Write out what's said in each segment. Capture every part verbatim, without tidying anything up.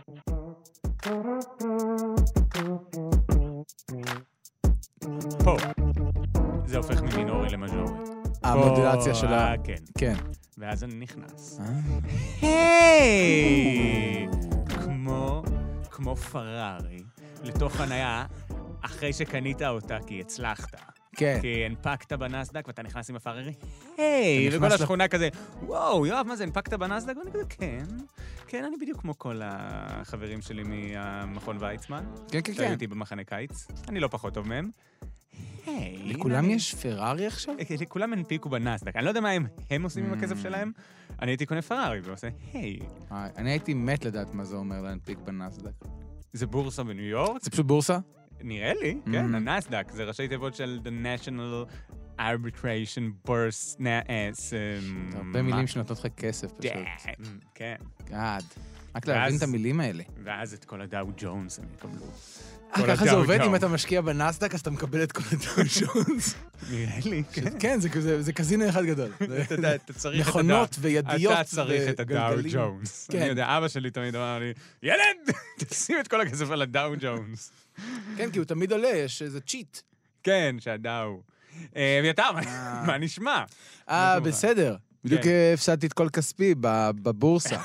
פה. זה הופך ממינורי למז'ורי. המודולציה של ה... כן. כן. ואז אני נכנס. היי! כמו, כמו פרארי, לתוך חניה, אחרי שקנית אותה, כי הצלחת. כן. כי הנפקת בנסדק, ואתה נכנס עם הפרארי, היי! וכל השכונה כזה, וואו, יואב, מה זה, הנפקת בנסדק? ואני כזה, כן. כן, אני בדיוק כמו כל החברים שלי מהמכון ויצמן. כן, כן, כן. שהייתי במחנה קיץ. אני לא פחות טוב מהם. היי. לכולם יש פרארי עכשיו? לכולם הנפיקו בנסדק. אני לא יודע מה הם עושים עם הכסף שלהם. אני הייתי קונה פרארי ועושה, היי. אני הייתי מת לדעת מה זה אומר להנפיק בנסדק. זה בורסה בניו יורק? זה פשוט בורסה? נראה לי, כן, הנסדק. זה ראשי תיבות של The National Arbitration Bourse. הרבה מילים שנותנות לך כסף פשוט. כן. גאד. רק להבין את המילים האלה. ואז את כל הדאו ג'ונס הם יקבלו. ככה זה עובד, אם אתה משקיע בנסדק, אז אתה מקבל את כל הדאו ג'ונס. נראה לי, כן. כן, זה קזינו אחד גדול. אתה צריך את מכונות וידיות אתה צריך את הדאו ג'ונס. אני יודע, אבא שלי תמיד אמר לי, ילד, תשים את כל הכסף על הדאו ג'ונס. כן, כי הוא תמיד עולה, יש איזה צ'יט. כן, שהדאו. ויותר, מה נשמע? אה, בסדר. בדיוק הפסדתי את כל כספי בבורסה.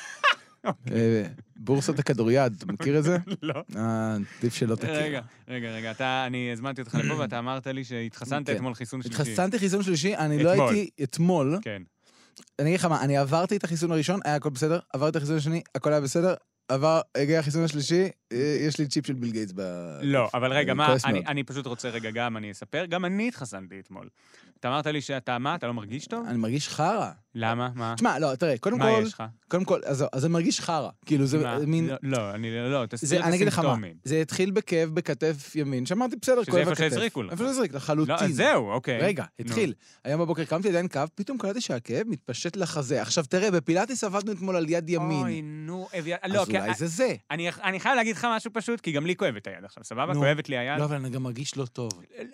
בורסת הכדוריד, אתה מכיר את זה? לא. עדיף שלא תכיר. רגע, רגע, רגע, אתה, אני הזמנתי אותך לפה ואתה אמרת לי שהתחסנת אתמול חיסון שלישי. התחסנתי חיסון שלישי, אני לא הייתי אתמול. כן. אני אגיד לך מה, אני עברתי את החיסון הראשון, היה הכל בסדר, עברתי את החיסון השני, הכל היה בסדר, עבר, הגיע החיסון השלישי, יש לי צ'יפ של ביל גייטס ב... לא, אבל רגע, מה, אני, אני פשוט רוצה רגע גם, אני אספר, גם אני התחסנתי אתמול. אתה אמרת לי שאתה, מה, אתה לא מרגיש טוב? אני מרגיש חרה. למה? מה? תשמע, לא, תראה, קודם כל... מה יש לך? קודם כל, אז, אז אני מרגיש חרה. כאילו, זה מין... לא, לא, אני לא, תסביר את אני אגיד לך מה, הסימפטומים. זה התחיל בכאב בכתף ימין, שאמרתי, בסדר, כואב בכתף. שזה איפה שהזריקו לך. איפה שהזריק, לחלוטין. לא, זהו, אוקיי. רגע, התחיל. היום בבוקר קמתי עדיין קו, פתאום קלטתי שהכאב מתפשט לחזה. עכשיו תראה, בפילאטיס עבדנו אתמול על יד ימין. אוי, נו, אז אולי זה זה. אני, אני חייב להגיד לך משהו פשוט, כי גם לי כואבת היד עכשיו, סבבה? כואבת לי היד. לא, אבל אני גם מרגיש לא טוב.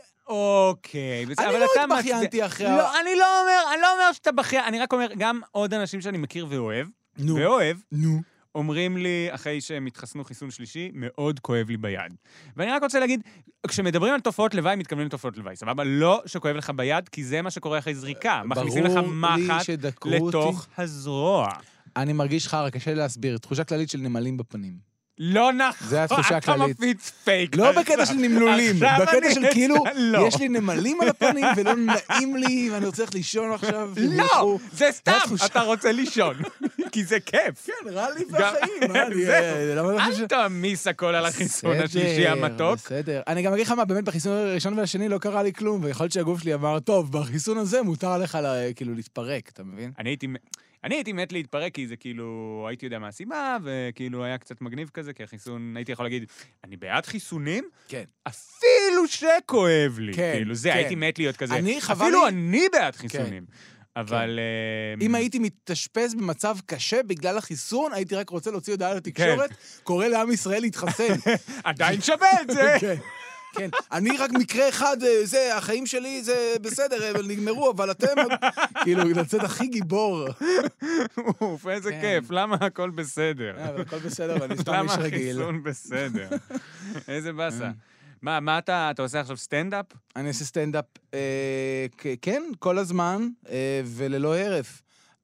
אוקיי. אני לא התבחיינתי אחרי... לא, אני לא אומר, אני לא אומר שאתה בכיין, אני רק אומר, גם עוד אנשים שאני מכיר ואוהב, ואוהב, אומרים לי, אחרי שהם התחסנו חיסון שלישי, מאוד כואב לי ביד. ואני רק רוצה להגיד, כשמדברים על תופעות לוואי, מתכוונים לתופעות לוואי, סבבה? לא שכואב לך ביד, כי זה מה שקורה אחרי זריקה. מכניסים לך מחט לתוך הזרוע. אני מרגיש חרא, קשה לי להסביר, תחושה כללית של נמלים בפנים. לא נכון, זה התחושה הכללית. אתה מפיץ פייק. לא בקטע של נמלולים, בקטע של כאילו, יש לי נמלים על הפנים ולא נעים לי, ואני רוצה ללכת לישון עכשיו. לא, זה סתם, אתה רוצה לישון, כי זה כיף. כן, רע לי בחיים. אל תעמיס הכל על החיסון השלישי המתוק. בסדר, אני גם אגיד לך מה, באמת בחיסון הראשון והשני לא קרה לי כלום, ויכול להיות שהגוף שלי אמר, טוב, בחיסון הזה מותר עליך כאילו להתפרק, אתה מבין? אני הייתי... אני הייתי מת להתפרק, כי זה כאילו, הייתי יודע מה הסיבה, וכאילו היה קצת מגניב כזה, כי החיסון, הייתי יכול להגיד, אני בעד חיסונים, כן. אפילו שכואב לי, כן, כאילו זה, כן. הייתי מת להיות כזה, אני חבל אפילו לי... אני בעד חיסונים. כן. אבל... כן. אם הייתי מתאשפז במצב קשה בגלל החיסון, הייתי רק רוצה להוציא הודעה לתקשורת, כן. קורא לעם ישראל להתחסן. עדיין שווה את זה. כן. כן, אני רק מקרה אחד, זה, החיים שלי זה בסדר, הם נגמרו, אבל אתם, כאילו, לצאת הכי גיבור. אוף, איזה כיף, למה הכל בסדר? הכל בסדר, ואני סתם איש רגיל. למה החיסון בסדר? איזה בסה. מה, מה אתה, אתה עושה עכשיו סטנדאפ? אני עושה סטנדאפ, כן, כל הזמן, וללא הרף.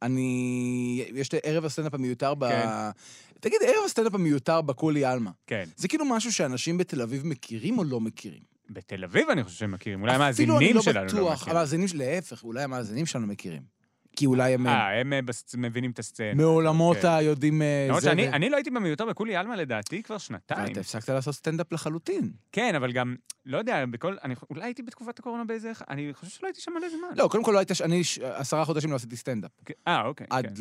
אני, יש לי ערב הסטנדאפ המיותר ב... תגיד, ערב הסטנדאפ המיותר בקולי אלמה. כן. זה כאילו משהו שאנשים בתל אביב מכירים או לא מכירים? בתל אביב אני חושב שהם מכירים. אולי המאזינים שלנו לא מכירים. המאזינים שלנו, להפך, אולי המאזינים שלנו מכירים. כי אולי הם... אה, הם מבינים את הסצנה. מעולמות היודעים... למרות שאני לא הייתי במיותר בקולי אלמה לדעתי כבר שנתיים. אתה הפסקת לעשות סטנדאפ לחלוטין. כן, אבל גם, לא יודע, בכל... אולי הייתי בתקופת הקורונה באיזה... אני חושב שלא הייתי שם מלא זמן. לא, קודם כל לא הייתי... אני עשרה חודשים לא עשיתי סטנדאפ. אה, אוקיי. עד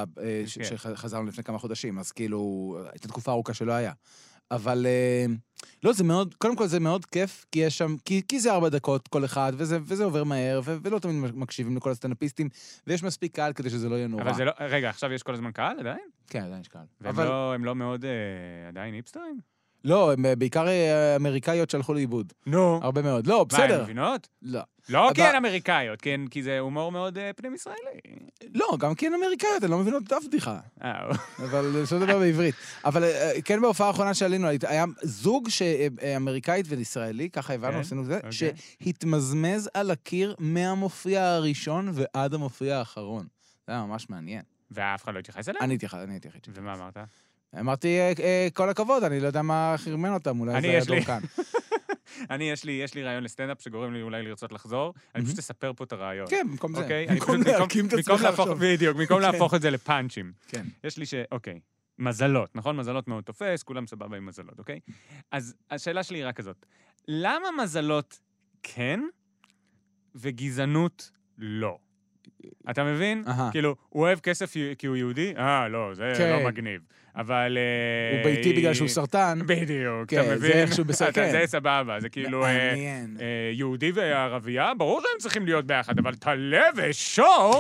שחזרנו לפני כמה חודשים, אז כאילו, הייתה תקופה ארוכה שלא היה. אבל לא, זה מאוד, קודם כל זה מאוד כיף, כי יש שם, כי, כי זה ארבע דקות כל אחד, וזה, וזה עובר מהר, ו, ולא תמיד מקשיבים לכל הסטנדאפיסטים, ויש מספיק קהל כדי שזה לא יהיה נורא. אבל זה לא, רגע, עכשיו יש כל הזמן קהל עדיין? כן, עדיין יש קהל. והם אבל... לא, הם לא מאוד, אה, עדיין היפסטרים? לא, בעיקר אמריקאיות שהלכו לאיבוד. נו. הרבה מאוד. לא, בסדר. מה, הן מבינות? לא. לא כי הן אמריקאיות, כי זה הומור מאוד פנים ישראלי. לא, גם כי הן אמריקאיות, הן לא מבינות את אף בדיחה. אה, אבל זה דבר בעברית. אבל כן בהופעה האחרונה שעלינו, היה זוג שאמריקאית וישראלי, ככה הבנו, עשינו את זה, שהתמזמז על הקיר מהמופיע הראשון ועד המופיע האחרון. זה היה ממש מעניין. ואף אחד לא התייחס אליה? אני התייחס, אני התייחס. ומה אמרת? אמרתי, כל הכבוד, אני לא יודע מה חרמן אותם, אולי זה היה דור כאן. אני, יש לי, יש לי רעיון לסטנדאפ שגורם לי אולי לרצות לחזור, אני פשוט אספר פה את הרעיון. כן, במקום זה. במקום להקים את עצמך עכשיו. בדיוק, במקום להפוך את זה לפאנצ'ים. כן. יש לי ש... אוקיי, מזלות, נכון? מזלות מאוד תופס, כולם סבבה עם מזלות, אוקיי? אז השאלה שלי היא רק כזאת, למה מזלות כן וגזענות לא? אתה מבין? כאילו, הוא אוהב כסף כי הוא יהודי? אה, לא, זה לא מגניב. אבל... הוא ביתי בגלל שהוא סרטן. בדיוק, אתה מבין? זה איכשהו בסרטן. זה סבבה, זה כאילו... יהודי וערבייה, ברור שהם צריכים להיות ביחד, אבל תלה ושור!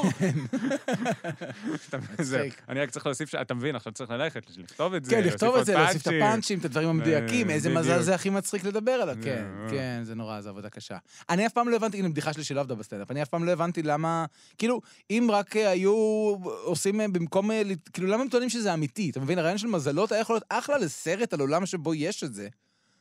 אני רק צריך להוסיף, אתה מבין, עכשיו צריך ללכת, לכתוב את זה. כן, לכתוב את זה, להוסיף את הפאנצ'ים, את הדברים המדויקים, איזה מזל זה הכי מצחיק לדבר עליו. כן, כן, זה נורא, זו עבודה קשה. אני אף פעם לא הבנתי, הנה בדיחה שלי שלא עבדה בסטנדאפ, אני אף פעם לא הבנתי למה, כאילו, אם רק היו עושים במקום, כאילו, למה הם טוענים שזה אמיתי? אתה מבין, הרעיון של מזלות היה יכול להיות אחלה לסרט על עולם שבו יש את זה.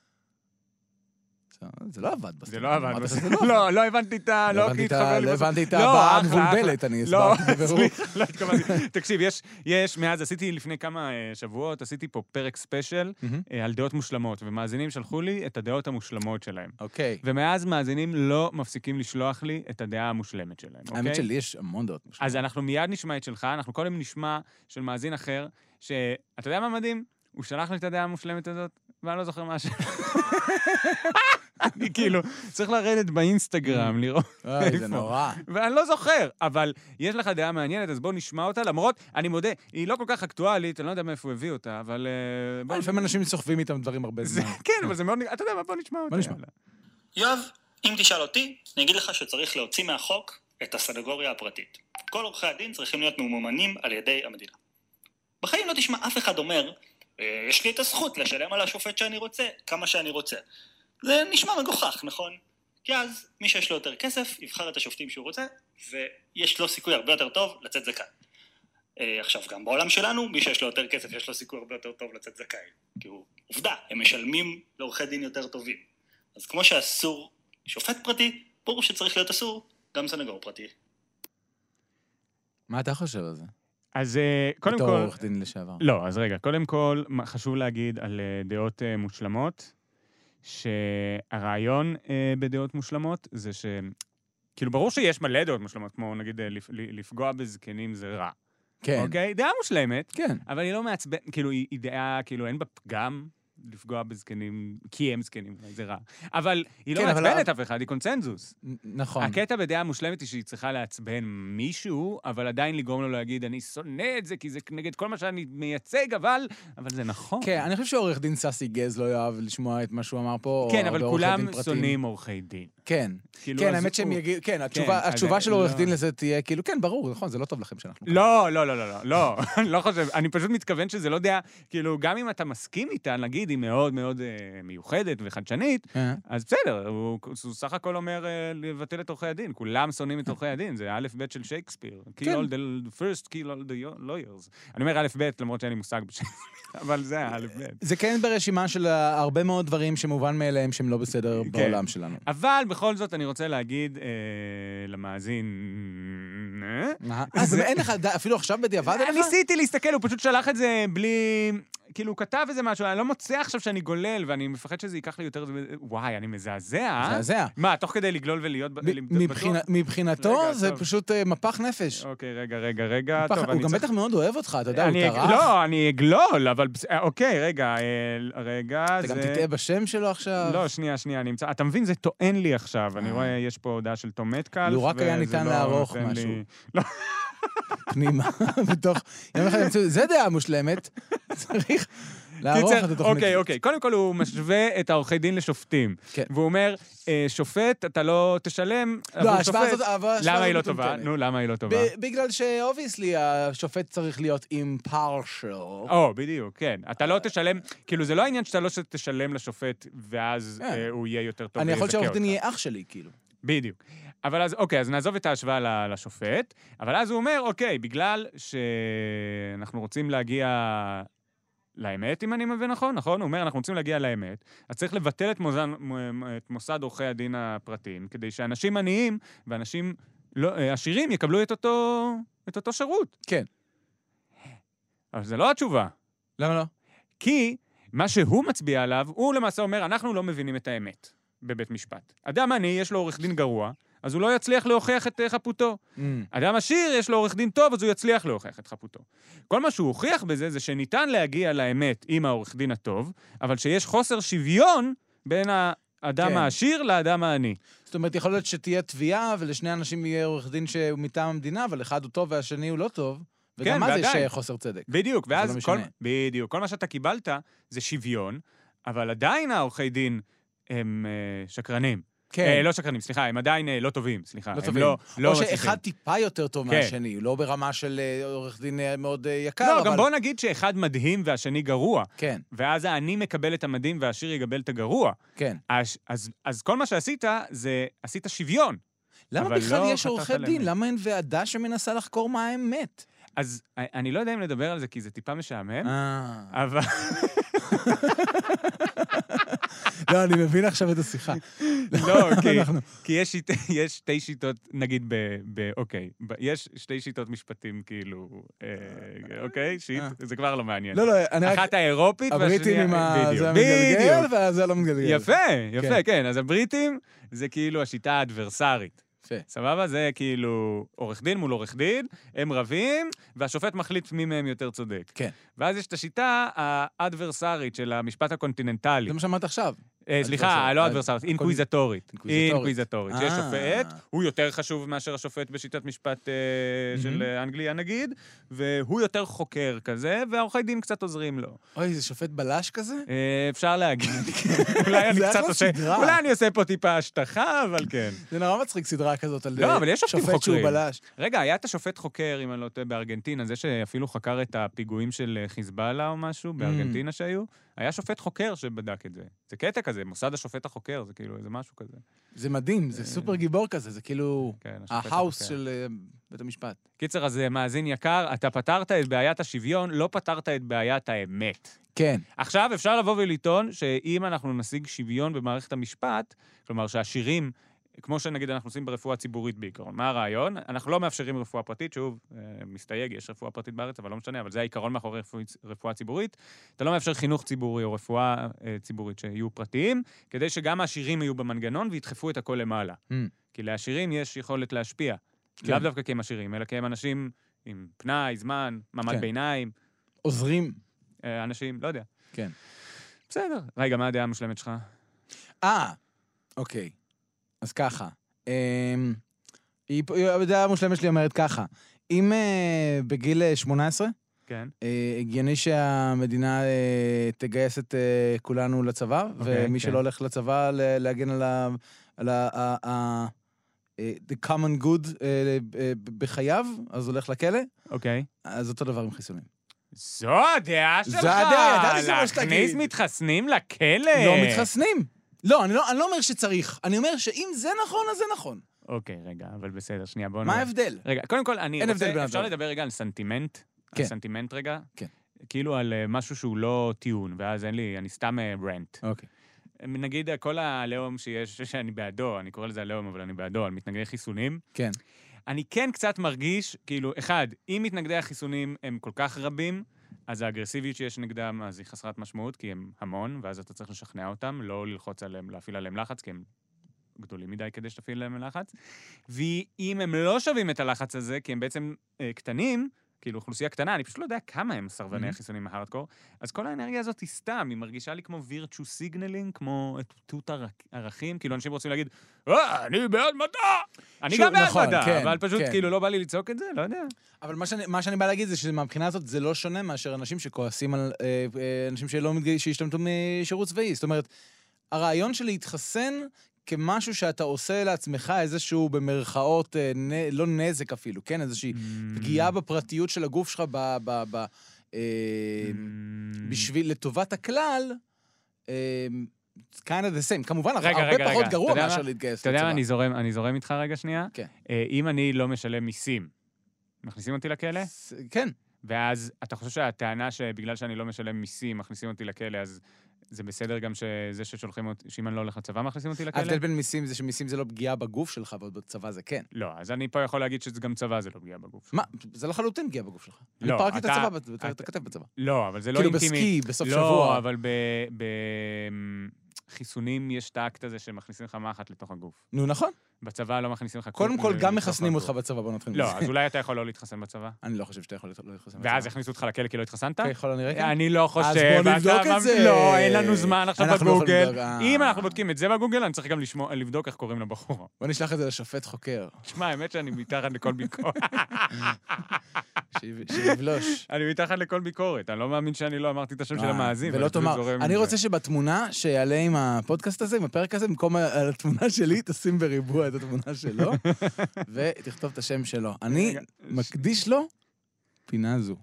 זה לא עבד בסטנדאפ. זה לא עבד בסטנדאפ. לא, לא הבנתי את ה... לא הבנתי את הבאה המבולבלת, אני הסברתי בבירור. לא התכוונתי. תקשיב, יש, מאז עשיתי לפני כמה שבועות, עשיתי פה פרק ספיישל על דעות מושלמות, ומאזינים שלחו לי את הדעות המושלמות שלהם. אוקיי. ומאז מאזינים לא מפסיקים לשלוח לי את הדעה המושלמת שלהם. האמת שלי יש המון דעות מושלמות. אז אנחנו מיד נשמע את שלך, אנחנו קודם נשמע של מאזין אחר, שאתה יודע מה מדהים? הוא שלח לי את הדעה המושלמת הזאת, ואני לא זוכר משהו. אני כאילו, צריך לרדת באינסטגרם, לראות איפה. זה נורא. ואני לא זוכר, אבל יש לך דעה מעניינת, אז בוא נשמע אותה, למרות, אני מודה, היא לא כל כך אקטואלית, אני לא יודע מאיפה הוא הביא אותה, אבל... לפעמים אנשים סוחבים איתם דברים הרבה זמן. כן, אבל זה מאוד... אתה יודע מה, בוא נשמע אותה. בוא נשמע. יואב, אם תשאל אותי, אני אגיד לך שצריך להוציא מהחוק את הסנגוריה הפרטית. כל עורכי הדין צריכים להיות ממומנים על ידי המדינה. בחיים לא תשמע אף אחד אומר, יש לי את הזכות לשלם על השופט שאני רוצה, כמה שאני רוצה. זה נשמע מגוחך, נכון? כי אז מי שיש לו יותר כסף יבחר את השופטים שהוא רוצה, ויש לו סיכוי הרבה יותר טוב לצאת זכאי. עכשיו, גם בעולם שלנו, מי שיש לו יותר כסף יש לו סיכוי הרבה יותר טוב לצאת זכאי. כי הוא עובדה, הם משלמים לעורכי דין יותר טובים. אז כמו שאסור שופט פרטי, ברור שצריך להיות אסור גם סנגור פרטי. מה אתה חושב על זה? אז קודם כל... בתור עורך דין לשעבר. לא, אז רגע, קודם כל חשוב להגיד על דעות מושלמות, שהרעיון בדעות מושלמות זה ש... כאילו, ברור שיש מלא דעות מושלמות, כמו נגיד לפגוע בזקנים זה רע. כן. אוקיי? דעה מושלמת. כן. אבל היא לא מעצבן, כאילו, היא דעה, כאילו, אין בה פגם לפגוע בזקנים, כי הם זקנים, זה רע. אבל היא לא מעצבנת אף אחד, היא קונצנזוס. נכון. הקטע בדעה מושלמת היא שהיא צריכה לעצבן מישהו, אבל עדיין לגרום לו להגיד, אני שונא את זה, כי זה נגד כל מה שאני מייצג, אבל, אבל זה נכון. כן, אני חושב שעורך דין ססי גז לא יאהב לשמוע את מה שהוא אמר פה. כן, אבל כולם שונאים עורכי דין. כן. כן, האמת שהם יגידו, כן, התשובה של עורך דין לזה תהיה, כאילו, כן, ברור, נכון, זה לא טוב לכם שאנחנו... לא, לא, לא, לא, לא, לא חושב, אני פשוט מתכוון שזה לא דעה, כאילו, גם אם אתה מסכים איתה, נגיד, היא מאוד מאוד מיוחדת וחדשנית, אז בסדר, הוא סך הכל אומר לבטל את עורכי הדין, כולם שונאים את עורכי הדין, זה א' ב' של שייקספיר, kill all the first, kill all the lawyers. אני אומר א' ב', למרות שאין לי מושג בשייקספיר, אבל זה א' ב'. זה כן ברשימה של הרבה מאוד דברים שמובן מאליהם שהם לא בסדר בעולם שלנו. אבל בכל זאת אני רוצה להגיד למאזין... אז אין לך, אפילו עכשיו בדיעבד אליך? ניסיתי להסתכל, הוא פשוט שלח את זה בלי... כאילו, הוא כתב איזה משהו, אני לא מוצא עכשיו שאני גולל, ואני מפחד שזה ייקח לי יותר... וואי, אני מזעזע. מזעזע. מה, תוך כדי לגלול ולהיות... מבחינתו זה פשוט מפח נפש. אוקיי, רגע, רגע, רגע. הוא גם בטח מאוד אוהב אותך, אתה יודע, הוא טרח. לא, אני אגלול, אבל... אוקיי, רגע, רגע. אתה גם תטעה בשם שלו עכשיו? לא, שנייה, שנייה, אני אמצא... אתה מבין, זה טוען לי עכשיו. אני רואה, יש פה הודעה של תום מטקלף. לו רק היה ניתן לערוך משהו. פנימה, בתוך... זה דעה מושלמת. צריך לערוך את התוכנית. אוקיי, אוקיי. קודם כל הוא משווה את העורכי דין לשופטים. כן. והוא אומר, שופט, אתה לא תשלם עבור שופט. למה היא לא טובה? נו, למה היא לא טובה? בגלל שאובייסלי השופט צריך להיות impartial. או, בדיוק, כן. אתה לא תשלם, כאילו זה לא העניין שאתה לא תשלם לשופט, ואז הוא יהיה יותר טוב. אני יכול שהעורך דין יהיה אח שלי, כאילו. בדיוק. אבל אז, אוקיי, אז נעזוב את ההשוואה לשופט, אבל אז הוא אומר, אוקיי, בגלל שאנחנו רוצים להגיע לאמת, אם אני מבין נכון, נכון? הוא אומר, אנחנו רוצים להגיע לאמת, אז צריך לבטל את, מוזן, את מוסד עורכי הדין הפרטיים, כדי שאנשים עניים ואנשים לא, עשירים יקבלו את אותו, את אותו שירות. כן. אבל זה לא התשובה. למה לא? כי מה שהוא מצביע עליו, הוא למעשה אומר, אנחנו לא מבינים את האמת בבית משפט. אדם עני, יש לו עורך דין גרוע, אז הוא לא יצליח להוכיח את חפותו. Mm. אדם עשיר, יש לו עורך דין טוב, אז הוא יצליח להוכיח את חפותו. כל מה שהוא הוכיח בזה, זה שניתן להגיע לאמת עם העורך דין הטוב, אבל שיש חוסר שוויון בין האדם כן. העשיר לאדם העני. זאת אומרת, יכול להיות שתהיה תביעה, ולשני אנשים יהיה עורך דין שהוא מטעם המדינה, אבל אחד הוא טוב והשני הוא לא טוב, וגם כן, מה זה יש חוסר צדק. בדיוק, ואז לא כל, בדיוק, כל מה שאתה קיבלת זה שוויון, אבל עדיין העורכי דין הם uh, שקרנים. כן. אה, לא שקרנים, סליחה, הם עדיין אה, לא טובים, סליחה. לא טובים. לא, לא או שאחד טיפה יותר טוב כן. מהשני, לא ברמה של אה, עורך דין אה, מאוד אה, יקר, לא, אבל... גם בוא נגיד שאחד מדהים והשני גרוע. כן. ואז אני מקבל את המדהים והשיר יקבל את הגרוע. כן. אז, אז, אז כל מה שעשית זה, עשית שוויון. למה בכלל לא יש עורכי דין? למה אין ועדה שמנסה לחקור מה האמת? אז אני לא יודע אם לדבר על זה, כי זה טיפה משעמם, אבל... לא, אני מבין עכשיו את השיחה. לא, כי יש שתי שיטות, נגיד, אוקיי, יש שתי שיטות משפטים, כאילו, אוקיי, שיט, זה כבר לא מעניין. לא, לא, אני רק... אחת האירופית, הבריטים עם זה המתגלגל, וזה לא מתגלגל. יפה, יפה, כן, אז הבריטים זה כאילו השיטה האדברסרית. סבבה? זה כאילו עורך דין מול עורך דין, הם רבים, והשופט מחליט מי מהם יותר צודק. כן. ואז יש את השיטה האדברסרית של המשפט הקונטיננטלי. זה מה שאמרת עכשיו. סליחה, לא אדברסרית, אינקוויזטורית. אינקוויזטורית. יש שופט, הוא יותר חשוב מאשר השופט בשיטת משפט של אנגליה נגיד, והוא יותר חוקר כזה, והעורכי דין קצת עוזרים לו. אוי, זה שופט בלש כזה? אפשר להגיד. אולי אני קצת עושה, אולי אני עושה פה טיפה השטחה, אבל כן. זה נורא מצחיק סדרה כזאת על לא, אבל יש שופטים שופט שהוא בלש. רגע, היה את השופט חוקר, אם אני לא טועה, בארגנטינה, זה שאפילו חקר את הפיגועים של חיזבאללה או משהו, בארגנטינה שהיו. היה שופט חוקר שבדק את זה. זה קטע כזה, מוסד השופט החוקר, זה כאילו איזה משהו כזה. זה מדהים, זה סופר גיבור כזה, זה כאילו ההאוס של בית המשפט. קיצר, אז מאזין יקר, אתה פתרת את בעיית השוויון, לא פתרת את בעיית האמת. כן. עכשיו אפשר לבוא ולטעון שאם אנחנו נשיג שוויון במערכת המשפט, כלומר שהשירים, כמו שנגיד אנחנו עושים ברפואה ציבורית בעיקרון. מה הרעיון? אנחנו לא מאפשרים רפואה פרטית, שוב, מסתייג, יש רפואה פרטית בארץ, אבל לא משנה, אבל זה העיקרון מאחורי רפואה ציבורית. אתה לא מאפשר חינוך ציבורי או רפואה ציבורית שיהיו פרטיים, כדי שגם העשירים יהיו במנגנון וידחפו את הכל למעלה. Mm. כי לעשירים יש יכולת להשפיע. כן. לאו דווקא כי הם עשירים, אלא כי הם אנשים עם פנאי, זמן, מעמד כן. ביניים. עוזרים. אנשים, לא יודע. כן. בסדר. רגע, מה הדעה המושלמת שלך? אה, אוקיי. אז ככה, הדעה המושלמת שלי אומרת ככה, אם בגיל שמונה עשרה, כן. הגיוני שהמדינה תגייס את כולנו לצבא, ומי שלא הולך לצבא להגן על ה... the common good בחייו, אז הולך לכלא. אוקיי. אז אותו דבר עם חיסונים. זו הדעה שלך! זו הדעה, ידעתי זה מה שתגיד. להכניס מתחסנים לכלא. לא מתחסנים. לא, אני לא, אני לא אומר שצריך. אני אומר שאם זה נכון, אז זה נכון. אוקיי, רגע, אבל בסדר, שנייה, בואו... מה ההבדל? רגע, קודם כל, אני רוצה... אפשר לדבר רגע על סנטימנט? כן. על סנטימנט רגע? כן. כאילו על משהו שהוא לא טיעון, ואז אין לי, אני סתם רנט. אוקיי. נגיד, כל הלאום שיש, שאני בעדו, אני קורא לזה הלאום, אבל אני בעדו, על מתנגדי חיסונים. כן. אני כן קצת מרגיש, כאילו, אחד, אם מתנגדי החיסונים הם כל כך רבים, אז האגרסיביות שיש נגדם, אז היא חסרת משמעות, כי הם המון, ואז אתה צריך לשכנע אותם, לא ללחוץ עליהם, להפעיל עליהם לחץ, כי הם גדולים מדי כדי שתפעיל עליהם לחץ. ואם הם לא שווים את הלחץ הזה, כי הם בעצם אה, קטנים, כאילו אוכלוסייה קטנה, אני פשוט לא יודע כמה הם סרבני החיסונים ההארדקור, אז כל האנרגיה הזאת היא סתם, היא מרגישה לי כמו virtue signaling, כמו איתות ערכים, כאילו אנשים רוצים להגיד, אה, אני בעד מדע! אני גם בעד מדע, אבל פשוט כאילו לא בא לי לצעוק את זה, לא יודע. אבל מה שאני בא להגיד זה שמבחינה הזאת זה לא שונה מאשר אנשים שכועסים על אנשים שהשתמטו משירות צבאי. זאת אומרת, הרעיון של להתחסן כמשהו שאתה עושה לעצמך איזשהו במרכאות, לא נזק אפילו, כן? איזושהי פגיעה בפרטיות של הגוף שלך בשביל לטובת הכלל, kind of the same. כמובן, הרבה פחות גרוע מאשר להתגייס לצבא. אתה יודע מה, אני זורם איתך רגע שנייה? כן. אם אני לא משלם מיסים, מכניסים אותי לכלא? כן. ואז אתה חושב שהטענה שבגלל שאני לא משלם מיסים, מכניסים אותי לכלא, אז זה בסדר גם שזה ששולחים אותי, שאם אני לא הולך לצבא, מכניסים אותי לכלא? ההבדל בין מיסים זה שמיסים זה לא פגיעה בגוף שלך, ועוד בצבא זה כן. לא, אז אני פה יכול להגיד שזה גם צבא, זה לא פגיעה בגוף שלך. מה? זה לחלוטין פגיעה בגוף שלך. לא, אני פרקתי את הצבא, אתה כתב בצבא. לא, אבל זה לא אינטימי. כאילו בסקי, בסוף שבוע. לא, אבל בחיסונים יש את האקט הזה שמכניסים לך מחט לתוך הגוף. נו, נכון. בצבא לא מכניסים לך... קודם כל, גם מחסנים אותך בצבא, בוא נתחיל. לא, אז אולי אתה יכול לא להתחסן בצבא? אני לא חושב שאתה יכול לא להתחסן בצבא. ואז יכניסו אותך לכלא כי לא התחסנת? ככל הנראה כן. אני לא חושב. אז בוא נבדוק את זה. לא, אין לנו זמן עכשיו בגוגל. אם אנחנו בודקים את זה בגוגל, אני צריך גם לבדוק איך קוראים לבחור. בוא נשלח את זה לשופט חוקר. תשמע, האמת שאני מתחת לכל ביקורת. שיבלוש. אני מתחת לכל ביקורת. אני לא מאמין שאני לא אמרתי את השם של המאזין. ולא תאמר, אני רוצה שבתמונה שיעלה עם הפודקאסט הזה, עם הפרק הזה, במקום התמונה שלי, תשים בריבוע את התמונה שלו, ותכתוב את השם שלו. אני מקדיש לו פינה זו.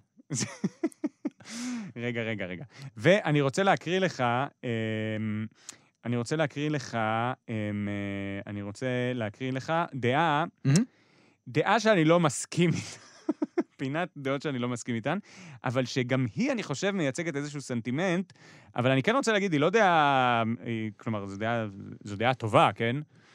רגע, רגע, רגע. ואני רוצה להקריא לך, אני רוצה להקריא לך, אני רוצה להקריא לך דעה, דעה שאני לא מסכים איתה. פינת דעות שאני לא מסכים איתן, אבל שגם היא, אני חושב, מייצגת איזשהו סנטימנט, אבל אני כן רוצה להגיד, היא לא דעה, כלומר, זו דעה, זו דעה טובה, כן?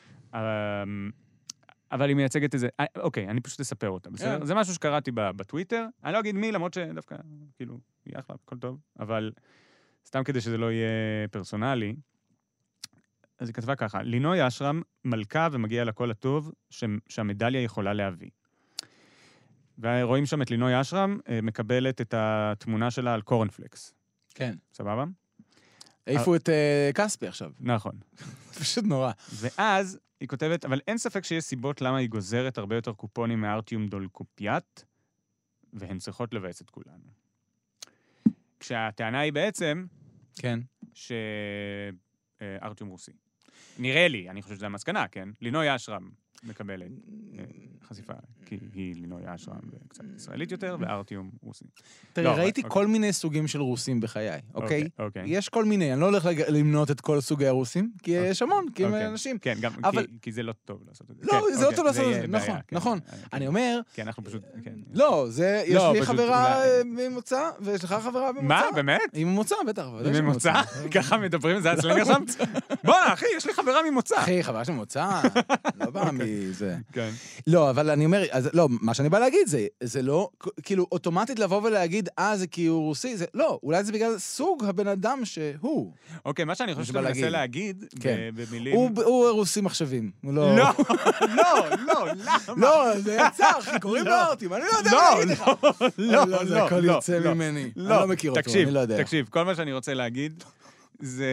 אבל היא מייצגת איזה... אוקיי, אני פשוט אספר אותה, בסדר? זה משהו שקראתי בטוויטר, אני לא אגיד מי, למרות שדווקא, כאילו, היא אחלה, הכל טוב, אבל סתם כדי שזה לא יהיה פרסונלי, אז היא כתבה ככה, לינוי אשרם מלכה ומגיע לכל הטוב שהמדליה יכולה להביא. ורואים שם את לינוי אשרם, מקבלת את התמונה שלה על קורנפלקס. כן. סבבה? העיפו את כספי עכשיו. נכון. פשוט נורא. ואז היא כותבת, אבל אין ספק שיש סיבות למה היא גוזרת הרבה יותר קופונים מארטיום דולקופיאט, והן צריכות לבאס את כולנו. כשהטענה היא בעצם, כן. שארטיום רוסי. נראה לי, אני חושב שזה המסקנה, כן? לינוי אשרם מקבלת חשיפה, כי היא לינוי אשרם וקצת ישראלית יותר, וארטיום רוסי. תראה, ראיתי כל מיני סוגים של רוסים בחיי, אוקיי? יש כל מיני, אני לא הולך למנות את כל סוגי הרוסים, כי יש המון, כי הם אנשים. כן, כי זה לא טוב לעשות את זה. לא, זה לא טוב לעשות את זה, נכון, נכון. אני אומר... כי אנחנו פשוט... לא, זה, יש לי חברה ממוצא, ויש לך חברה ממוצא. מה, באמת? היא ממוצא, בטח. היא ממוצא? ככה מדברים, זה אצלנו עכשיו? בוא, אחי, יש לי חברה ממוצא. אחי, חברה של ממוצא, לא בא מזה. לא, אבל אני אומר, לא, מה שאני בא להגיד זה, זה לא, כאילו, אוטומטית לבוא ולהגיד, אה, זה כי הוא רוסי, זה, לא, אולי זה בגלל סוג הבן אדם שהוא. אוקיי, מה שאני חושב שאתה מנסה להגיד, במילים... הוא רוסי מחשבים, הוא לא... לא, לא, לא, למה? לא, זה יצא, אחי, קוראים לו ארטיום, אני לא יודע להגיד לך. לא, לא, זה הכל יוצא ממני. אני לא מכיר אותו, אני לא יודע. תקשיב, כל מה שאני רוצה להגיד, זה...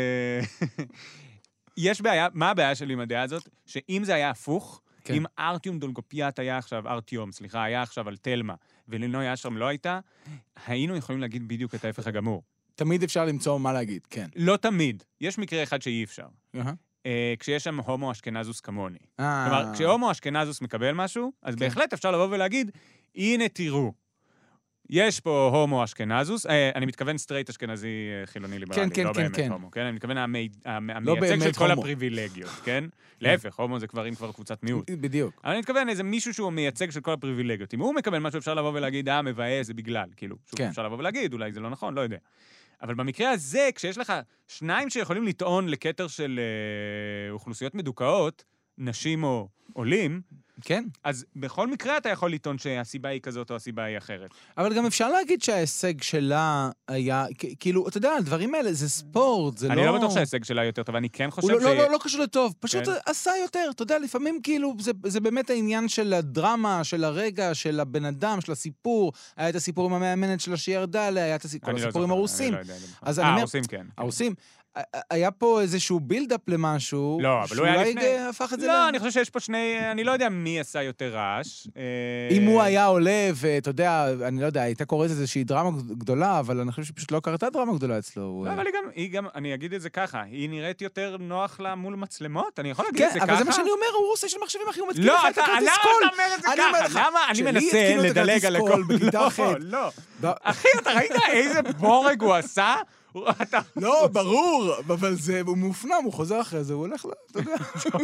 יש בעיה, מה הבעיה שלי עם הדעה הזאת? שאם זה היה הפוך, כן. אם ארטיום דולקופיאט היה עכשיו, ארטיום, סליחה, היה עכשיו על תלמה, ולינוי אשרם לא הייתה, היינו יכולים להגיד בדיוק את ההפך הגמור. תמיד אפשר למצוא מה להגיד, כן. לא תמיד. יש מקרה אחד שאי אפשר. Uh-huh. אה, כשיש שם הומו אשכנזוס כמוני. Uh-huh. כלומר, כשהומו אשכנזוס מקבל משהו, אז כן. בהחלט אפשר לבוא ולהגיד, הנה תראו, יש פה הומו אשכנזוס, אה, אני מתכוון סטרייט אשכנזי חילוני ליברלי, כן, כן, לא כן, באמת כן. הומו, כן? אני מתכוון המי... המייצג לא של כל הומו. הפריבילגיות, כן? להפך, הומו זה כבר, אם כבר קבוצת מיעוט. בדיוק. אבל אני מתכוון איזה מישהו שהוא מייצג של כל הפריבילגיות. אם הוא מקבל משהו, אפשר לבוא ולהגיד, אה, מבאס, זה בגלל, כאילו, שוב, כן. אפשר לבוא ולהגיד, אולי זה לא נכון, לא יודע. אבל במקרה הזה, כשיש לך שניים שיכולים לטעון לכתר של אה, אוכלוסיות מדוכאות, נשים או עולים, כן. אז בכל מקרה אתה יכול לטעון שהסיבה היא כזאת או הסיבה היא אחרת. אבל גם אפשר להגיד שההישג שלה היה, כאילו, אתה יודע, הדברים האלה זה ספורט, זה לא... אני לא בטוח שההישג שלה יותר טוב, אני כן חושב ש... לא, ש... לא, לא קשור לטוב, פשוט עשה יותר, אתה יודע, לפעמים כאילו, זה באמת העניין של הדרמה, של הרגע, של הבן אדם, של הסיפור, היה את הסיפור עם המאמנת שלה שירדה עליה, היה את הסיפור עם הרוסים. אה, הרוסים כן. הרוסים. היה פה איזשהו בילדאפ למשהו, לא, אבל הוא היה לפני... שאולי הפך את זה... לא, אני חושב שיש פה שני... אני לא יודע מי עשה יותר רעש. אם הוא היה עולה, ואתה יודע, אני לא יודע, הייתה קוראת איזושהי דרמה גדולה, אבל אני חושב שפשוט לא קרתה דרמה גדולה אצלו. לא, אבל היא גם, היא גם, אני אגיד את זה ככה, היא נראית יותר נוח לה מול מצלמות, אני יכול להגיד את זה ככה? כן, אבל זה מה שאני אומר, הוא עושה של מחשבים אחי, הוא מתקיל לך את הכרטיס קול. לא, אתה אומר את זה ככה? למה אני מנסה לדלג על הכל? לא, לא. אחי, אתה ראית איזה בורג הוא עשה? לא, ברור, אבל זה, הוא מופנם, הוא חוזר אחרי זה, הוא הולך, אתה יודע.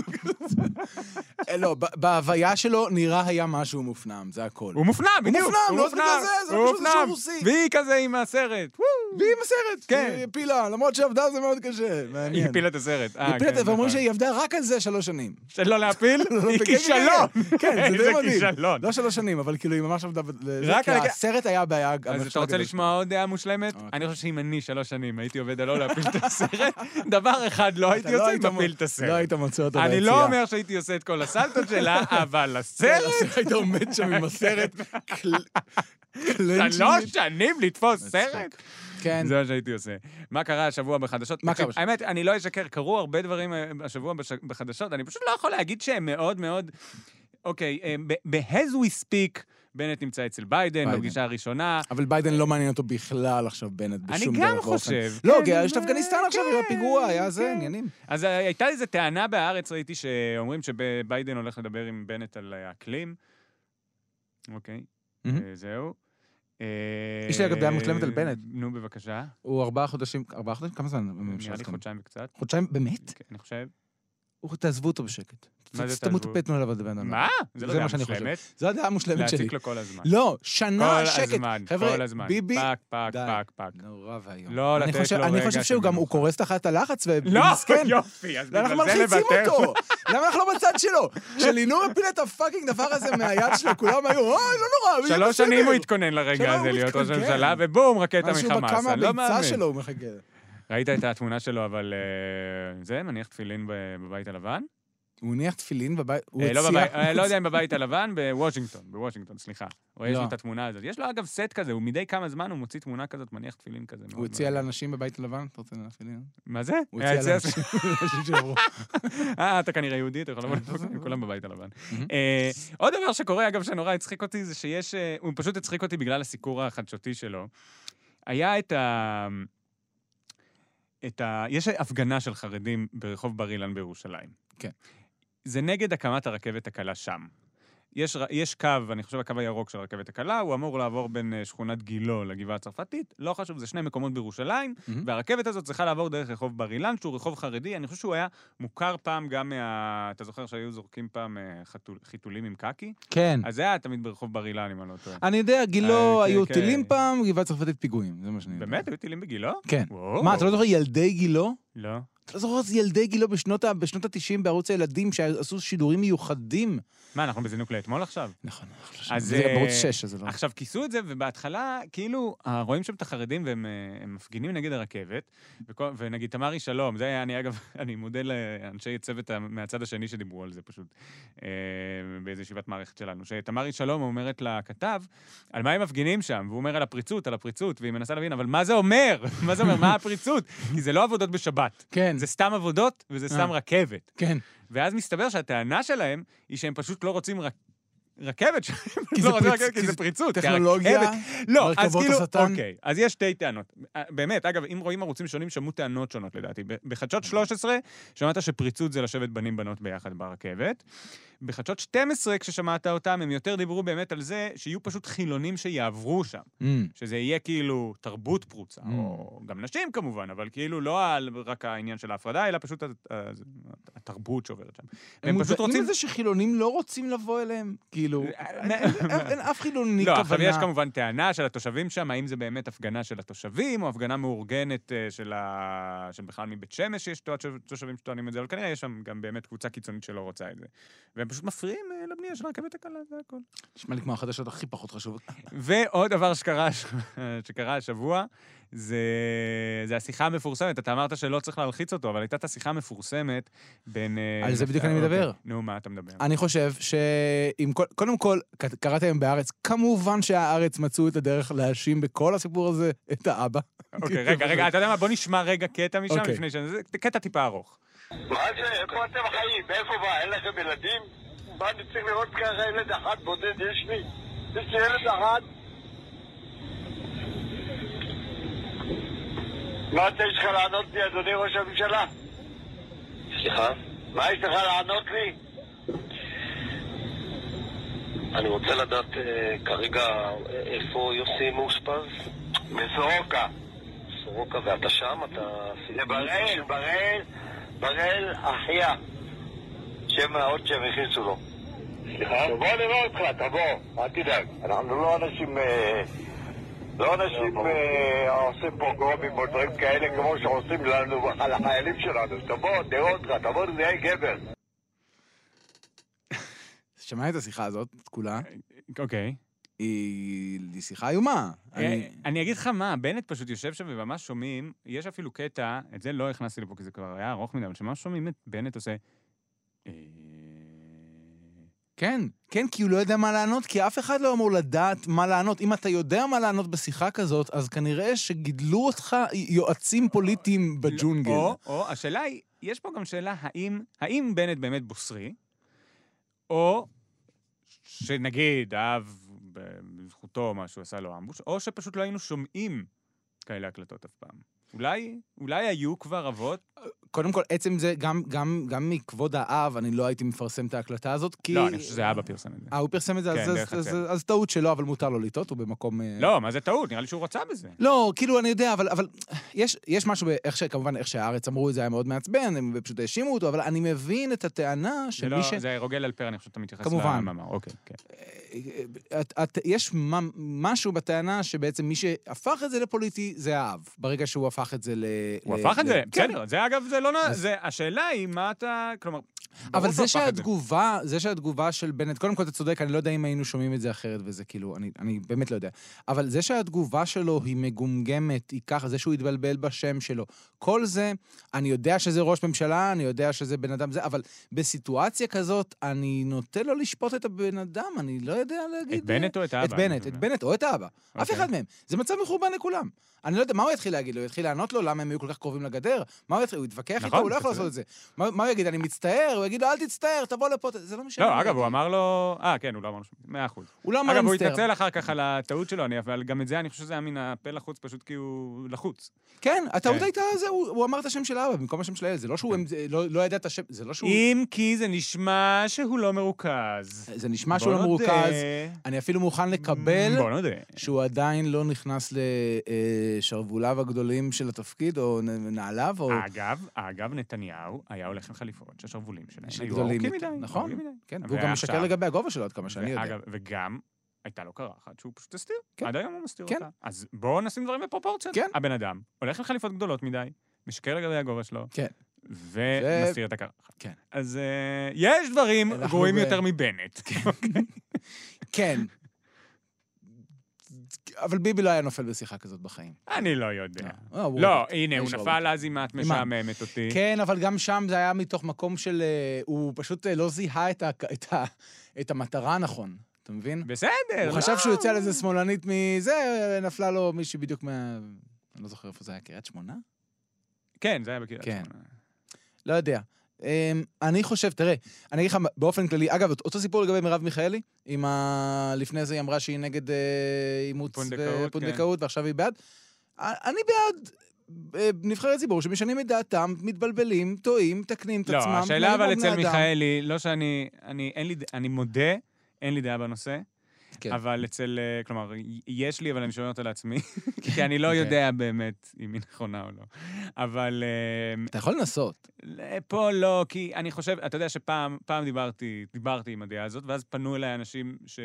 לא, בהוויה שלו נראה היה משהו מופנם, זה הכל. הוא מופנם, בדיוק. הוא מופנם, לא זה כזה, זה פשוט איזשהו רוסי. והיא כזה עם הסרט. והיא עם הסרט, כן. היא הפילה, למרות שעבדה זה מאוד קשה. היא הפילה את הסרט. היא הפילה את זה, ואומרים שהיא עבדה רק על זה שלוש שנים. שלא להפיל? היא כישלון. כן, זה די מדהים. לא שלוש שנים, אבל כאילו היא ממש עבדה... כי הסרט היה בעיה... אז אתה רוצה לשמוע עוד דעה מושלמת? אני חושב שאם אני שלוש שנים הייתי עובד על לא להפיל את הסרט, דבר אחד לא הייתי עושה, מפיל את הסרט. לא היית מוצא אותו ביציאה. אני לא אומר שהייתי עושה את כל הסלטות שלה, אבל הסרט... היית עומד שם עם הסרט... שלוש שנים לתפוס סרט? כן. זה מה שהייתי עושה. מה קרה השבוע בחדשות? מה קרה? האמת, אני לא אשקר, קרו הרבה דברים השבוע בחדשות, אני פשוט לא יכול להגיד שהם מאוד מאוד... אוקיי, ב-as we speak, בנט נמצא אצל ביידן, בפגישה הראשונה. אבל ביידן לא מעניין אותו בכלל עכשיו, בנט, בשום דבר. אני גם חושב. לא, כי יש אפגניסטן עכשיו, היה פיגוע, היה זה, עניינים. אז הייתה איזו טענה בארץ, ראיתי שאומרים שביידן הולך לדבר עם בנט על האקלים. אוקיי, זהו. יש לי אגב דעה מושלמת על בנט. נו, בבקשה. הוא ארבעה חודשים, ארבעה חודשים? כמה זמן? נראה לי חודשיים וקצת. חודשיים? באמת? אני חושב. תעזבו אותו בשקט. מה זה תעזבו? תעזבו? תפתנו עליו לבן אדם. מה? זה לא דעה מושלמת. זו הדעה המושלמת שלי. להציק לו כל הזמן. לא, שנה שקט. כל הזמן, כל הזמן. ביבי... פק, פק, פק, פק. נורא והיום. לא לתת לו רגע. אני חושב שהוא גם, הוא קורס תחת הלחץ ומסכן. לא, יופי, אז אנחנו בגלל זה מלחיצים לוותר. אותו. למה אנחנו לא בצד שלו? שלינור הפיל את הפאקינג דבר הזה מהיד שלו, כולם היו, אוי, לא נורא. שלוש שנים הוא התכונן לרגע הזה להיות ראש הממשלה, ובום, רקטה מחמאס. משהו בכמה הביצה שלו הוא מחכה. ראית את התמונה שלו, אבל זה, מניח תפילין בבית הלבן? הוא הניח תפילין בבית... לא יודע אם בבית הלבן, בוושינגטון, בוושינגטון, סליחה. יש לו את התמונה הזאת. יש לו אגב סט כזה, הוא מדי כמה זמן הוא מוציא תמונה כזאת, מניח תפילין כזה. הוא הציע לאנשים בבית הלבן? אתה רוצה להפילין? מה זה? הוא הציע לאנשים שעברו. אה, אתה כנראה יהודי, אתה יכול לבוא עם כולם בבית הלבן. עוד דבר שקורה, אגב, שנורא הצחיק אותי, זה שיש... הוא פשוט הצחיק אותי בגלל הסיקור החדשותי שלו. היה את ה... את ה... יש הפגנה של חרדים ברחוב בר אילן בירושלים. כן. זה נגד הקמת הרכבת הקלה שם. יש, יש קו, אני חושב הקו הירוק של הרכבת הקלה, הוא אמור לעבור בין שכונת גילו לגבעה הצרפתית, לא חשוב, זה שני מקומות בירושלים, mm-hmm. והרכבת הזאת צריכה לעבור דרך רחוב בר אילן, שהוא רחוב חרדי, אני חושב שהוא היה מוכר פעם גם מה... אתה זוכר שהיו זורקים פעם חתול, חיתולים עם קקי? כן. אז זה היה תמיד ברחוב בר אילן, אם אני לא טועה. אני יודע, גילו היו טילים פעם, גבעה צרפתית פיגועים, זה מה שאני יודע. באמת? היו טילים בגילו? כן. מה, אתה לא זוכר ילדי גילו? לא. אתה לא זוכר ילדי גילו בשנות ה-תשעים בערוץ הילדים שעשו שידורים מיוחדים? מה, אנחנו בזינוק לאתמול עכשיו? נכון. זה בערוץ שש, אז זה לא... עכשיו, כיסו את זה, ובהתחלה, כאילו, רואים שם את החרדים, והם מפגינים נגד הרכבת, ונגיד, תמרי שלום, זה היה, אני אגב, אני מודה לאנשי צוות מהצד השני שדיברו על זה פשוט, באיזו ישיבת מערכת שלנו, שתמרי שלום אומרת לכתב, על מה הם מפגינים שם, והוא אומר על הפריצות, על הפריצות, והיא מנסה להבין, אבל מה זה אומר? מה זה אומר? מה הפריצות? כי זה לא עבודות בשבת. כן. זה סתם עבודות, וזה סתם רכבת. כן. ואז מסתבר שהטענה שלהם היא שהם פשוט לא רוצים רק... רכבת, כי זה פריצות. טכנולוגיה, לא, אז כאילו, אוקיי, אז יש שתי טענות. באמת, אגב, אם רואים ערוצים שונים, שמעו טענות שונות לדעתי. בחדשות שלוש עשרה, שמעת שפריצות זה לשבת בנים בנות ביחד ברכבת. בחדשות שתים עשרה, כששמעת אותם, הם יותר דיברו באמת על זה, שיהיו פשוט חילונים שיעברו שם. שזה יהיה כאילו תרבות פרוצה, או גם נשים כמובן, אבל כאילו לא רק העניין של ההפרדה, אלא פשוט התרבות שעוברת שם. הם פשוט רוצים... זה שחילונים לא רוצים לבוא אליהם, כאילו, אין אף חילוני כוונה. לא, עכשיו יש כמובן טענה של התושבים שם, האם זה באמת הפגנה של התושבים, או הפגנה מאורגנת של בכלל מבית שמש, שיש תושבים שטוענים את זה, אבל כנראה יש שם גם באמת קבוצה קיצונית שלא רוצה את זה. והם פשוט מפריעים לבנייה של הרכבת הקלה, זה הכל. נשמע לי כמו החדשות הכי פחות חשובות. ועוד דבר שקרה, שקרה השבוע, זה, זה השיחה המפורסמת. אתה אמרת שלא צריך להלחיץ אותו, אבל הייתה את השיחה המפורסמת בין... על זה בדיוק אני מדבר. נו, מה אתה מדבר? אני חושב שאם... קודם כל, קראתי היום בארץ, כמובן שהארץ מצאו את הדרך להאשים בכל הסיפור הזה את האבא. אוקיי, רגע, רגע, אתה יודע מה? בוא נשמע רגע קטע משם לפני שאני... זה קטע טיפה ארוך. מה זה? איפה אתם חיים? מאיפה בא? אין לכם ילדים? מה אני צריך לראות ככה ילד אחד בודד יש לי? יש לי ילד אחד? מה אתה יש לך לענות לי, אדוני ראש הממשלה? סליחה? מה יש לך לענות לי? אני רוצה לדעת כרגע איפה יוסי מאושפז? בסורוקה. סורוקה, ואתה שם? אתה... זה בראל, בראל, בראל אחיה. שם העוד שהם הכניסו לו. סליחה? תבוא לראות אותך, תבוא, אל תדאג. אנחנו לא אנשים... לא אנשים עושים פוגרומים או דברים כאלה כמו שעושים לנו על החיילים שלנו. תבוא, תראה אותך, תבוא לזה גבר. שמע את השיחה הזאת, כולה. אוקיי. היא שיחה איומה. אני אגיד לך מה, בנט פשוט יושב שם וממש שומעים, יש אפילו קטע, את זה לא הכנסתי לפה כי זה כבר היה ארוך מדי, אבל שממש שומעים את בנט עושה... כן, כן, כי הוא לא יודע מה לענות, כי אף אחד לא אמור לדעת מה לענות. אם אתה יודע מה לענות בשיחה כזאת, אז כנראה שגידלו אותך יועצים פוליטיים בג'ונגל. או, או, השאלה היא, יש פה גם שאלה, האם, האם בנט באמת בוסרי, או שנגיד, אהב בזכותו מה שהוא עשה לו אמבוש, או שפשוט לא היינו שומעים כאלה הקלטות אף פעם. אולי, אולי היו כבר אבות? קודם כל, עצם זה, גם, גם, גם מכבוד האב, אני לא הייתי מפרסם את ההקלטה הזאת, כי... לא, אני חושב שזה אבא פרסם את זה. אה, הוא פרסם את זה, כן, אז, אז, אז, אז טעות שלו, אבל מותר לו לטעות, הוא במקום... לא, מה זה טעות? נראה לי שהוא רצה בזה. לא, כאילו, אני יודע, אבל, אבל יש, יש משהו באיך שכמובן, איך שהארץ אמרו את זה היה מאוד מעצבן, הם פשוט האשימו אותו, אבל אני מבין את הטענה שמי לא, ש... זה רוגל אלפר, אני חושב שאתה מתייחס כמובן. למאמר. אוקיי, כן. את, את, יש משהו בטענה שבעצם מי שהפך את זה לפוליטי זה האב, ברגע שהוא הפך את זה ל... הוא הפך את זה, בסדר, זה אגב, זה לא... השאלה היא מה אתה... כלומר... אבל זה שהתגובה, זה שהתגובה של בנט, קודם כל אתה צודק, אני לא יודע אם היינו שומעים את זה אחרת וזה כאילו, אני, אני באמת לא יודע. אבל זה שהתגובה שלו היא מגומגמת, היא ככה, זה שהוא התבלבל בשם שלו, כל זה, אני יודע שזה ראש ממשלה, אני יודע שזה בן אדם זה, אבל בסיטואציה כזאת, אני נוטה לו לשפוט את הבן אדם, אני לא יודע להגיד... את בנט או את האבא? את בנט, את בנט או את האבא. אף אחד מהם. זה מצב מחורבן לכולם. אני לא יודע, מה הוא יתחיל להגיד לו? הוא יתחיל לענות לו למה הם היו כל כך קרובים לגדר? מה הוא יתחיל? הוא יתווכח איתו, הוא לא יכול לעשות את זה. מה הוא יגיד? אני מצטער, הוא יגיד לו, אל תצטער, תבוא לפה, זה לא משנה. לא, אגב, הוא אמר לו... אה, כן, הוא לא אמר לו שום... מאה אחוז. הוא לא אמר לו מצטער. אגב, הוא התנצל אחר כך על הטעות שלו, אבל גם את זה אני חושב שזה היה מן הפה לחוץ, פשוט כי הוא לחוץ. כן, הטעות הייתה זה, הוא אמר את השם של האבא, במקום השם של הילד. זה לא שהוא לא ידע את השם, זה לא שהוא... אם כי זה נשמע שהוא לא מרוכז. זה נשמע שהוא לא מרוכז. אני אפילו מוכן לקבל שהוא עדיין לא נכנס לשרבוליו הגדולים של התפקיד, או נעליו, או... אגב, אגב, נתניהו היה הולך עם חליפות שהשרבולים שלהם היו ארוכים מדי. נכון, כן, והוא גם משקר לגבי הגובה שלו, עד כמה שאני יודע. וגם... הייתה לו קרחת שהוא פשוט הסתיר. עד היום הוא מסתיר אותה. אז בואו נשים דברים בפרופורציות. הבן אדם הולך עם חליפות גדולות מדי, משקר לגבי הגובה שלו, ומסתיר את הקרחת. אז יש דברים גרועים יותר מבנט. כן. אבל ביבי לא היה נופל בשיחה כזאת בחיים. אני לא יודע. לא, הנה, הוא נפל אז אם את משעממת אותי. כן, אבל גם שם זה היה מתוך מקום של... הוא פשוט לא זיהה את המטרה הנכון. אתה מבין? בסדר. הוא חשב שהוא יוצא על איזה שמאלנית מזה, נפלה לו מישהי בדיוק מה... אני לא זוכר איפה זה היה, קריית שמונה? כן, זה היה בקריית שמונה. לא יודע. אני חושב, תראה, אני אגיד לך באופן כללי, אגב, אותו סיפור לגבי מרב מיכאלי, לפני זה היא אמרה שהיא נגד אימוץ ופונדקאות, ועכשיו היא בעד. אני בעד... נבחרי ציבור שמשנים את דעתם, מתבלבלים, טועים, תקנים את עצמם. לא, השאלה אבל אצל מיכאלי, לא שאני... אני מודה... אין לי דעה בנושא. אבל אצל, כלומר, יש לי, אבל אני שומע אותה לעצמי, כי אני לא יודע באמת אם היא נכונה או לא. אבל... אתה יכול לנסות. פה לא, כי אני חושב, אתה יודע שפעם דיברתי, דיברתי עם הדעה הזאת, ואז פנו אליי אנשים ש...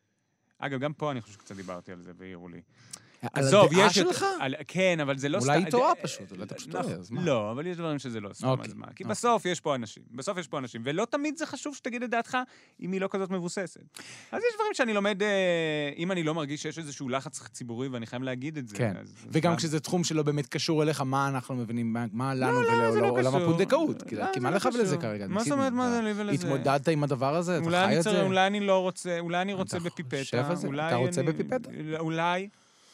אגב, גם פה אני חושב שקצת דיברתי על זה, והעירו לי. על הדעה שלך? כן, אבל זה לא... אולי היא טועה פשוט, אולי אתה פשוט טועה, אז מה? לא, אבל יש דברים שזה לא סתם, אז מה? כי בסוף יש פה אנשים, בסוף יש פה אנשים, ולא תמיד זה חשוב שתגיד את דעתך אם היא לא כזאת מבוססת. אז יש דברים שאני לומד, אם אני לא מרגיש שיש איזשהו לחץ ציבורי, ואני חייב להגיד את זה. כן, וגם כשזה תחום שלא באמת קשור אליך, מה אנחנו מבינים, מה לנו ולעולם הפונדקאות, כי מה לך ולזה כרגע? מה זאת אומרת, מה זה לי ולזה? התמודדת עם הדבר הזה? אתה חי את זה? אולי אני לא רוצה, אולי אני רוצה בפיפטה. אתה רוצה בפיפטה? אולי.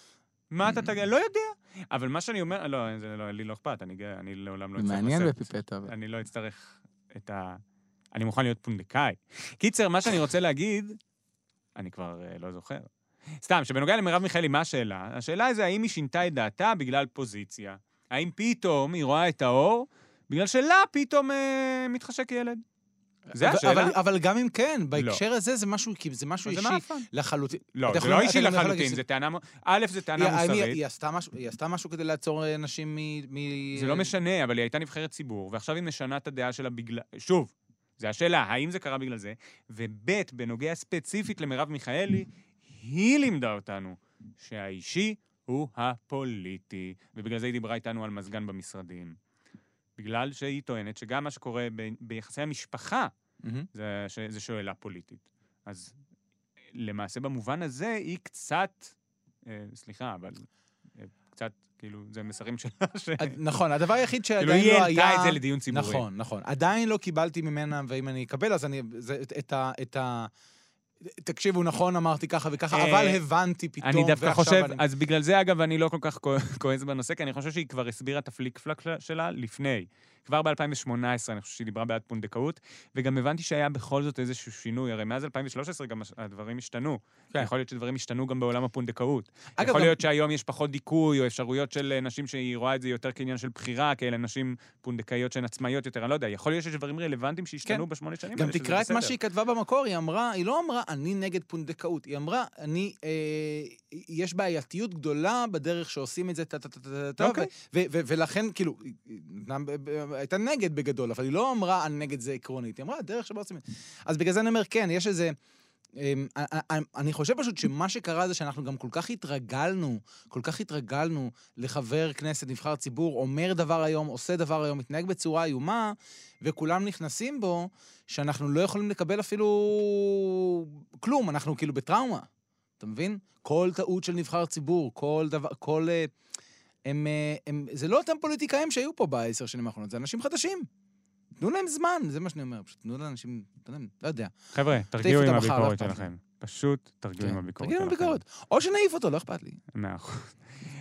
מה אתה תגיד? לא יודע. אבל מה שאני אומר, לא, זה לא, לי לא אכפת, אני, אני לעולם לא אצטרך מעניין בפיפטה. אני לא אצטרך את ה... אני מוכן להיות פונדקאי. קיצר, מה שאני רוצה להגיד, אני כבר לא זוכר. סתם, שבנוגע למרב מיכאלי, מה השאלה? השאלה היא זה, האם היא שינתה את דעתה בגלל פוזיציה? האם פתאום היא רואה את האור, בגלל שלה פתאום אה, מתחשק ילד? זה השאלה? אבל, אבל גם אם כן, בהקשר לא. הזה זה משהו, זה משהו אישי לחלוטין. לא, זה לא אישי לחלוטין, זה טענה... א', זה טענה מוסרית. היא, היא, עשתה משהו, היא עשתה משהו כדי לעצור אנשים מ... מ... זה לא משנה, אבל היא הייתה נבחרת ציבור, ועכשיו היא משנה את הדעה שלה בגלל... שוב, זה השאלה, האם זה קרה בגלל זה? וב', בנוגע ספציפית למרב מיכאלי, היא לימדה אותנו שהאישי הוא הפוליטי, ובגלל זה היא דיברה איתנו על מזגן במשרדים. בגלל שהיא טוענת שגם מה שקורה ב- ביחסי המשפחה, mm-hmm. זה, ש- זה שאלה פוליטית. אז למעשה במובן הזה היא קצת, אה, סליחה, אבל אה, קצת, כאילו, זה מסרים שלה ש... נכון, הדבר היחיד שעדיין כאילו לא היה... כאילו היא העלתה את זה לדיון ציבורי. נכון, נכון. עדיין לא קיבלתי ממנה, ואם אני אקבל, אז אני... זה, את ה... את ה... תקשיבו, נכון, אמרתי ככה וככה, אבל הבנתי פתאום, אני דווקא חושב, אז בגלל זה, אגב, אני לא כל כך כועס בנושא, כי אני חושב שהיא כבר הסבירה את הפליק-פלק שלה לפני. כבר ב-אלפיים שמונה עשרה, אני חושב שהיא דיברה בעד פונדקאות, וגם הבנתי שהיה בכל זאת איזשהו שינוי, הרי מאז אלפיים ושלוש עשרה גם הדברים השתנו. יכול להיות שדברים השתנו גם בעולם הפונדקאות. יכול להיות שהיום יש פחות דיכוי, או אפשרויות של נשים שהיא רואה את זה יותר כעניין של בחירה, כאלה נשים פונדקאיות שהן עצמאיות יותר, אני לא יודע. יכול להיות שיש דברים רלוונטיים שהשתנו בשמונה שנים. גם תקרא את מה שהיא כתבה במקור, היא אמרה, היא לא אמרה, אני נגד פונדקאות. היא אמרה, אני, יש בעייתיות גדולה בדרך שעושים את זה, ולכן, כאילו, הייתה נגד בגדול, אבל היא לא אמרה על נגד זה עקרונית, היא אמרה, הדרך שבה עושים את זה. אז בגלל זה אני אומר, כן, יש איזה... אני חושב פשוט שמה שקרה זה שאנחנו גם כל כך התרגלנו, כל כך התרגלנו לחבר כנסת, נבחר ציבור, אומר דבר היום, עושה דבר היום, מתנהג בצורה איומה, וכולם נכנסים בו, שאנחנו לא יכולים לקבל אפילו כלום, אנחנו כאילו בטראומה. אתה מבין? כל טעות של נבחר ציבור, כל דבר, כל... הם, הם, זה לא אותם פוליטיקאים שהיו פה בעשר שנים האחרונות, זה אנשים חדשים. תנו להם זמן, זה מה שאני אומר, פשוט תנו לאנשים, לא יודע. חבר'ה, תרגיעו עם הביקורת שלכם. פשוט תרגיעו עם הביקורת שלכם. תרגיעו עם הביקורת. או שנעיף אותו, לא אכפת לי. מאה אחוז.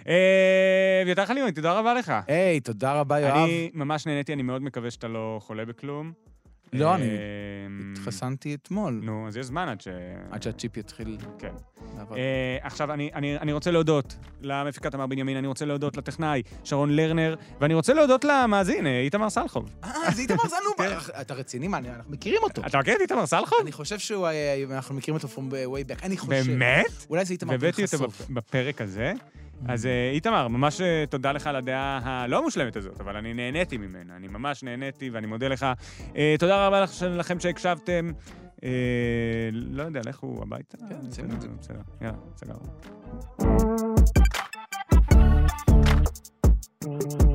אביתר חלימי, תודה רבה לך. היי, תודה רבה, יואב. אני ממש נהניתי, אני מאוד מקווה שאתה לא חולה בכלום. לא, אני התחסנתי אתמול. נו, אז יש זמן עד ש... עד שהצ'יפ יתחיל. כן. עכשיו, אני רוצה להודות למפיקת תמר בנימין, אני רוצה להודות לטכנאי שרון לרנר, ואני רוצה להודות למאזין, איתמר סלחוב. אה, זה איתמר סלחוב. אתה רציני, מה, אנחנו מכירים אותו. אתה מכיר את איתמר סלחוב? אני חושב שאנחנו מכירים אותו from way back. אני חושב. באמת? אולי זה איתמר והבאתי אותו בפרק הזה. אז איתמר, ממש תודה לך על הדעה הלא מושלמת הזאת, אבל אני נהניתי ממנה, אני ממש נהניתי ואני מודה לך. תודה רבה לכם שהקשבתם. לא יודע, לכו הביתה. כן, סיימנו את זה. בסדר, יאללה, סגר.